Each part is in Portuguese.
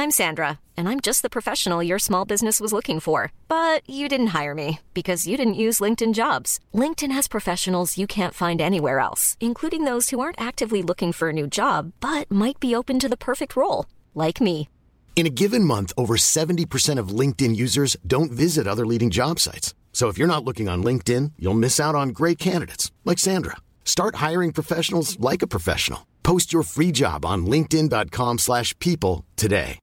I'm Sandra, and I'm just the professional your small business was looking for. But you didn't hire me because you didn't use LinkedIn Jobs. LinkedIn has professionals you can't find anywhere else, including those who aren't actively looking for a new job, but might be open to the perfect role, like me. In a given month, over 70% of LinkedIn users don't visit other leading job sites. So if you're not looking on LinkedIn, you'll miss out on great candidates like Sandra. Start hiring professionals like a professional. Post your free job on linkedin.com/people today.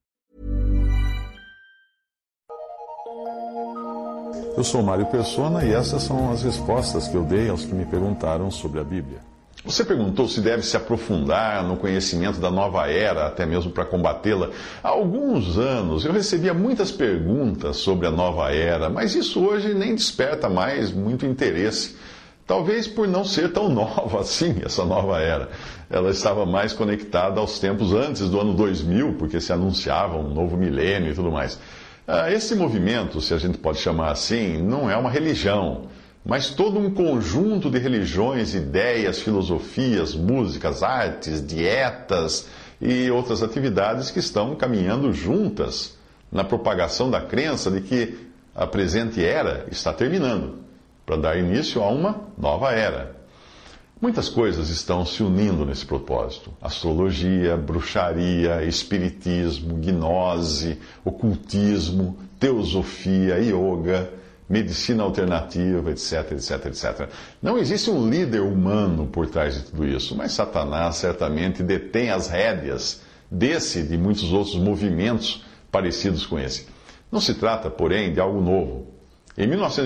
Eu sou Mário Persona e essas são as respostas que eu dei aos que me perguntaram sobre a Bíblia. Você perguntou se deve se aprofundar no conhecimento da nova era, até mesmo para combatê-la. Há alguns anos eu recebia muitas perguntas sobre a nova era, mas isso hoje nem desperta mais muito interesse. Talvez por não ser tão nova assim, essa nova era. Ela estava mais conectada aos tempos antes do ano 2000, porque se anunciava um novo milênio e tudo mais. Esse movimento, se a gente pode chamar assim, não é uma religião, mas todo um conjunto de religiões, ideias, filosofias, músicas, artes, dietas e outras atividades que estão caminhando juntas na propagação da crença de que a presente era está terminando, para dar início a uma nova era. Muitas coisas estão se unindo nesse propósito. Astrologia, bruxaria, espiritismo, gnose, ocultismo, teosofia, yoga, medicina alternativa, etc, etc, etc. Não existe um líder humano por trás de tudo isso, mas Satanás certamente detém as rédeas desse e de muitos outros movimentos parecidos com esse. Não se trata, porém, de algo novo. Em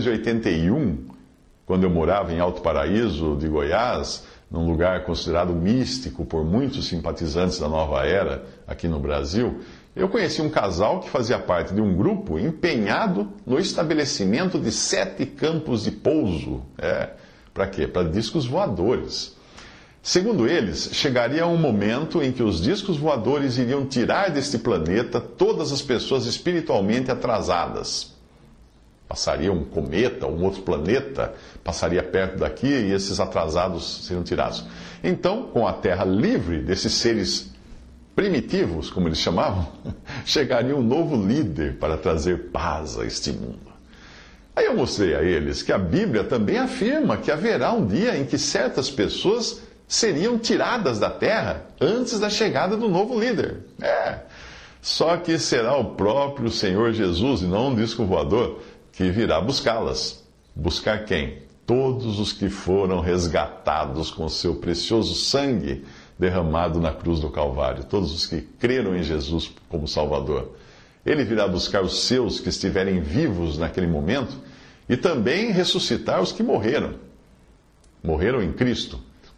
1981, quando eu morava em Alto Paraíso, de Goiás, num lugar considerado místico por muitos simpatizantes da nova era aqui no Brasil, eu conheci um casal que fazia parte de um grupo empenhado no estabelecimento de 7 campos de pouso. Para quê? Para discos voadores. Segundo eles, chegaria um momento em que os discos voadores iriam tirar deste planeta todas as pessoas espiritualmente atrasadas. Passaria um cometa, um outro planeta, passaria perto daqui e esses atrasados seriam tirados. Então, com a Terra livre desses seres primitivos, como eles chamavam, chegaria um novo líder para trazer paz a este mundo. Aí eu mostrei a eles que a Bíblia também afirma que haverá um dia em que certas pessoas seriam tiradas da Terra antes da chegada do novo líder. Só que será o próprio Senhor Jesus, e não um disco voador, que virá buscá-las. Buscar quem? Todos os que foram resgatados com seu precioso sangue derramado na cruz do Calvário. Todos os que creram em Jesus como Salvador. Ele virá buscar os seus que estiverem vivos naquele momento e também ressuscitar os que morreram. Morreram em Cristo.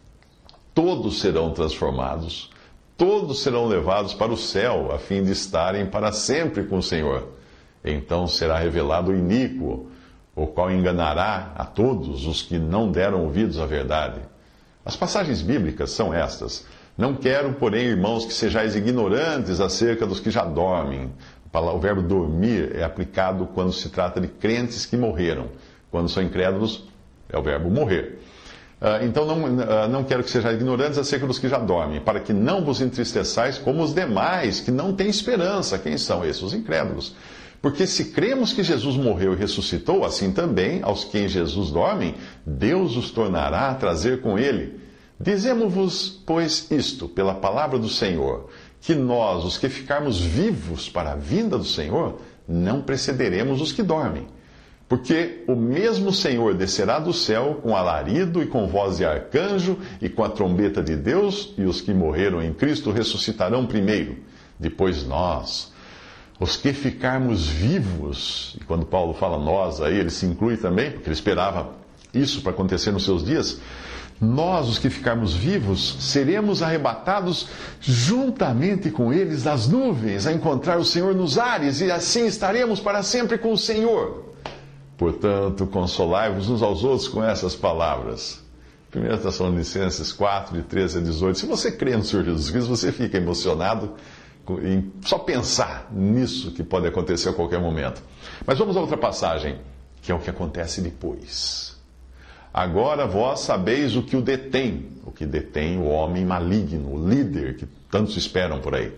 Todos serão transformados. Todos serão levados para o céu a fim de estarem para sempre com o Senhor. Então será revelado o iníquo, o qual enganará a todos os que não deram ouvidos à verdade. As passagens bíblicas são estas. Não quero, porém, irmãos, que sejais ignorantes acerca dos que já dormem. O verbo dormir é aplicado quando se trata de crentes que morreram. Quando são incrédulos, é o verbo morrer. Então não quero que sejais ignorantes acerca dos que já dormem, para que não vos entristeçais como os demais, que não têm esperança. Quem são esses? Os incrédulos. Porque se cremos que Jesus morreu e ressuscitou, assim também, aos que em Jesus dormem, Deus os tornará a trazer com ele. Dizemo-vos, pois, isto, pela palavra do Senhor, que nós, os que ficarmos vivos para a vinda do Senhor, não precederemos os que dormem. Porque o mesmo Senhor descerá do céu com alarido e com voz de arcanjo e com a trombeta de Deus, e os que morreram em Cristo ressuscitarão primeiro. Depois nós, os que ficarmos vivos, e quando Paulo fala nós, aí ele se inclui também, porque ele esperava isso para acontecer nos seus dias, nós, os que ficarmos vivos, seremos arrebatados juntamente com eles nas nuvens, a encontrar o Senhor nos ares, e assim estaremos para sempre com o Senhor. Portanto, consolai-vos uns aos outros com essas palavras. 1 Tessalonicenses 4, de 13 a 18. Se você crê no Senhor Jesus Cristo, você fica emocionado em só pensar nisso que pode acontecer a qualquer momento. Mas vamos a outra passagem, que é o que acontece depois. Agora vós sabeis o que detém o homem maligno, o líder que tantos esperam por aí.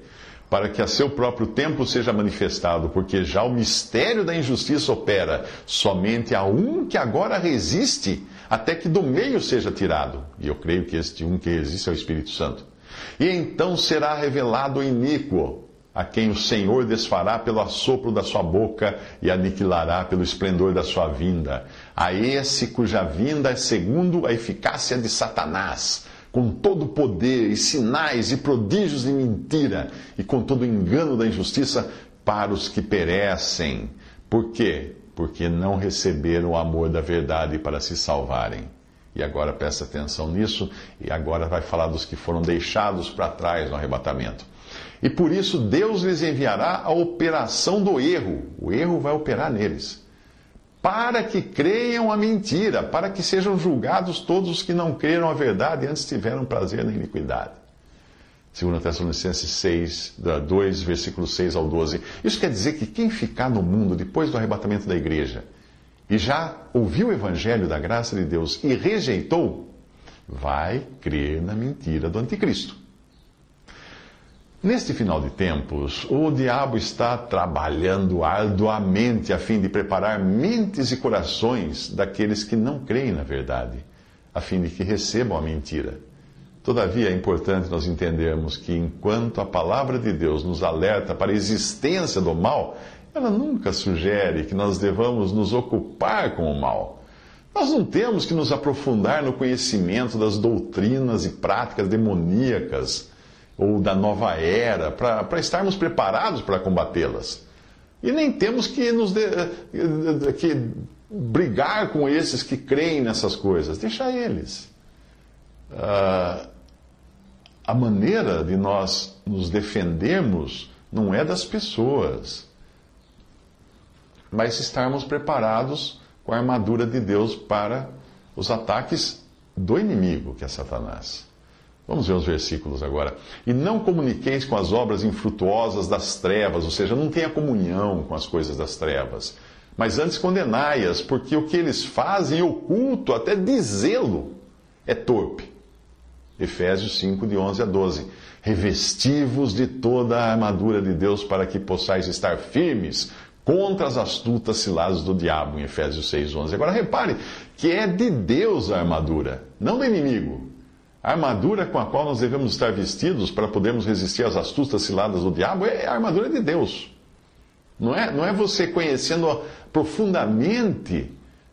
para que a seu próprio tempo seja manifestado, porque já o mistério da injustiça opera, somente há um que agora resiste, até que do meio seja tirado. E eu creio que este um que resiste é o Espírito Santo. E então será revelado o iníquo, a quem o Senhor desfará pelo assopro da sua boca e aniquilará pelo esplendor da sua vinda. A esse cuja vinda é segundo a eficácia de Satanás, com todo o poder e sinais e prodígios de mentira, e com todo o engano da injustiça para os que perecem. Por quê? Porque não receberam o amor da verdade para se salvarem. E agora presta atenção nisso, e agora vai falar dos que foram deixados para trás no arrebatamento. E por isso Deus lhes enviará a operação do erro. O erro vai operar neles. Para que creiam a mentira, para que sejam julgados todos os que não creram a verdade e antes tiveram prazer na iniquidade. 2 Tessalonicenses 2, versículos 6 ao 12. Isso quer dizer que quem ficar no mundo depois do arrebatamento da igreja e já ouviu o evangelho da graça de Deus e rejeitou, vai crer na mentira do anticristo. Neste final de tempos, o diabo está trabalhando arduamente a fim de preparar mentes e corações daqueles que não creem na verdade, a fim de que recebam a mentira. Todavia, é importante nós entendermos que enquanto a palavra de Deus nos alerta para a existência do mal, ela nunca sugere que nós devamos nos ocupar com o mal. Nós não temos que nos aprofundar no conhecimento das doutrinas e práticas demoníacas ou da nova era, para estarmos preparados para combatê-las. E nem temos que que brigar com esses que creem nessas coisas. Deixa eles. A maneira de nós nos defendermos não é das pessoas, mas estarmos preparados com a armadura de Deus para os ataques do inimigo, que é Satanás. Vamos ver os versículos agora. E não comuniqueis com as obras infrutuosas das trevas, ou seja, não tenha comunhão com as coisas das trevas, mas antes condenai-as, porque o que eles fazem oculto, até dizê-lo, é torpe. Efésios 5, de 11 a 12. Revesti-vos de toda a armadura de Deus para que possais estar firmes contra as astutas ciladas do diabo, em Efésios 6, 11. Agora repare que é de Deus a armadura, não do inimigo. A armadura com a qual nós devemos estar vestidos para podermos resistir às astutas ciladas do diabo é a armadura de Deus. Não é você conhecendo profundamente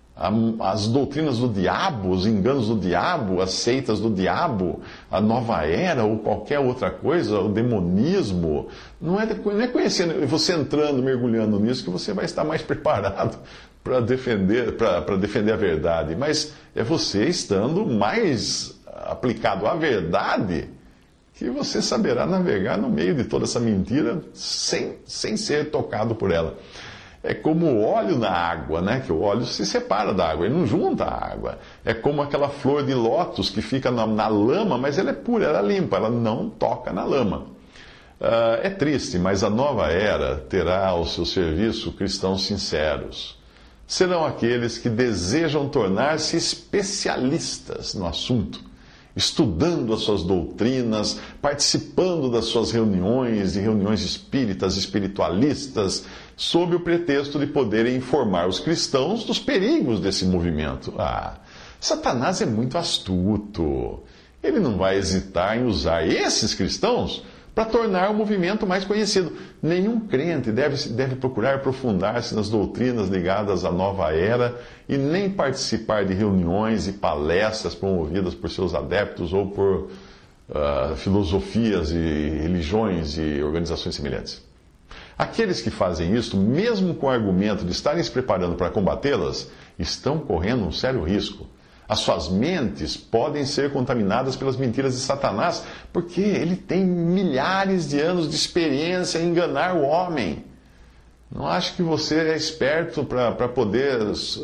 as doutrinas do diabo, os enganos do diabo, as seitas do diabo, a nova era ou qualquer outra coisa, o demonismo. Não é conhecendo, você entrando, mergulhando nisso, que você vai estar mais preparado para defender a verdade. Mas é você estando mais aplicado à verdade que você saberá navegar no meio de toda essa mentira sem ser tocado por ela. É como o óleo na água, né? Que o óleo se separa da água, ele não junta a água. É como aquela flor de lótus que fica na lama, mas ela é pura, ela é limpa, ela não toca na lama. É triste, mas a nova era terá ao seu serviço cristãos sinceros. Serão aqueles que desejam tornar-se especialistas no assunto, estudando as suas doutrinas, participando das suas reuniões, de reuniões espíritas, espiritualistas, sob o pretexto de poderem informar os cristãos dos perigos desse movimento. Satanás é muito astuto. Ele não vai hesitar em usar esses cristãos para tornar o movimento mais conhecido. Nenhum crente deve procurar aprofundar-se nas doutrinas ligadas à nova era e nem participar de reuniões e palestras promovidas por seus adeptos ou por filosofias e religiões e organizações semelhantes. Aqueles que fazem isso, mesmo com o argumento de estarem se preparando para combatê-las, estão correndo um sério risco. As suas mentes podem ser contaminadas pelas mentiras de Satanás, porque ele tem milhares de anos de experiência em enganar o homem. Não acho que você é esperto para poder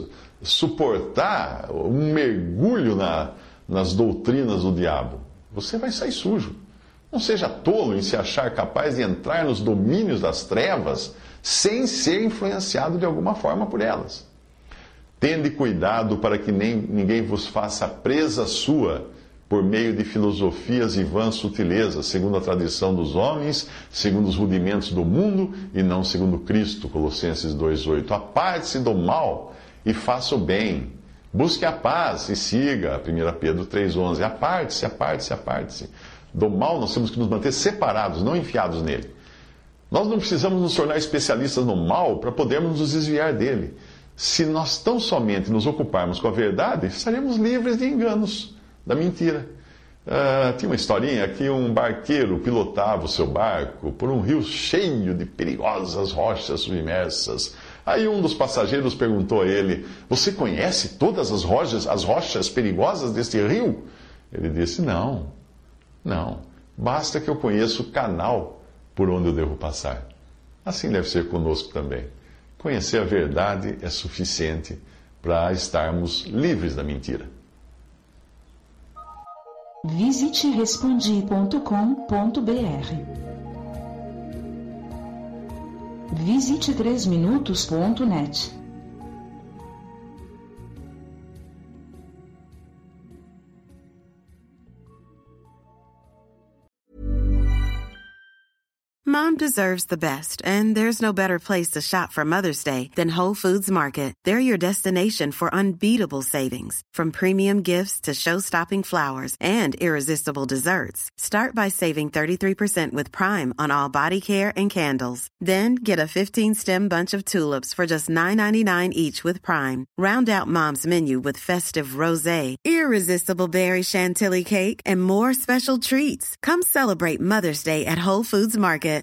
suportar um mergulho nas doutrinas do diabo. Você vai sair sujo. Não seja tolo em se achar capaz de entrar nos domínios das trevas sem ser influenciado de alguma forma por elas. Tende cuidado para que ninguém vos faça presa sua por meio de filosofias e vãs sutilezas, segundo a tradição dos homens, segundo os rudimentos do mundo e não segundo Cristo. Colossenses 2,8. Aparte-se do mal e faça o bem. Busque a paz e siga. 1 Pedro 3,11. Aparte-se, aparte-se, aparte-se. Do mal nós temos que nos manter separados, não enfiados nele. Nós não precisamos nos tornar especialistas no mal para podermos nos desviar dele. Se nós tão somente nos ocuparmos com a verdade, estaremos livres de enganos, da mentira. Tinha uma historinha que um barqueiro pilotava o seu barco por um rio cheio de perigosas rochas submersas. Aí um dos passageiros perguntou a ele: "Você conhece todas as rochas perigosas deste rio?" Ele disse: Não, basta que eu conheça o canal por onde eu devo passar. Assim deve ser conosco também. Conhecer a verdade é suficiente para estarmos livres da mentira. Visite respondi.com.br. Visite 3minutos.net. Mom deserves the best, and there's no better place to shop for Mother's Day than Whole Foods Market. They're your destination for unbeatable savings, from premium gifts to show-stopping flowers and irresistible desserts. Start by saving 33% with Prime on all body care and candles. Then get a 15-stem bunch of tulips for just $9.99 each with Prime. Round out Mom's menu with festive rosé, irresistible berry chantilly cake, and more special treats. Come celebrate Mother's Day at Whole Foods Market.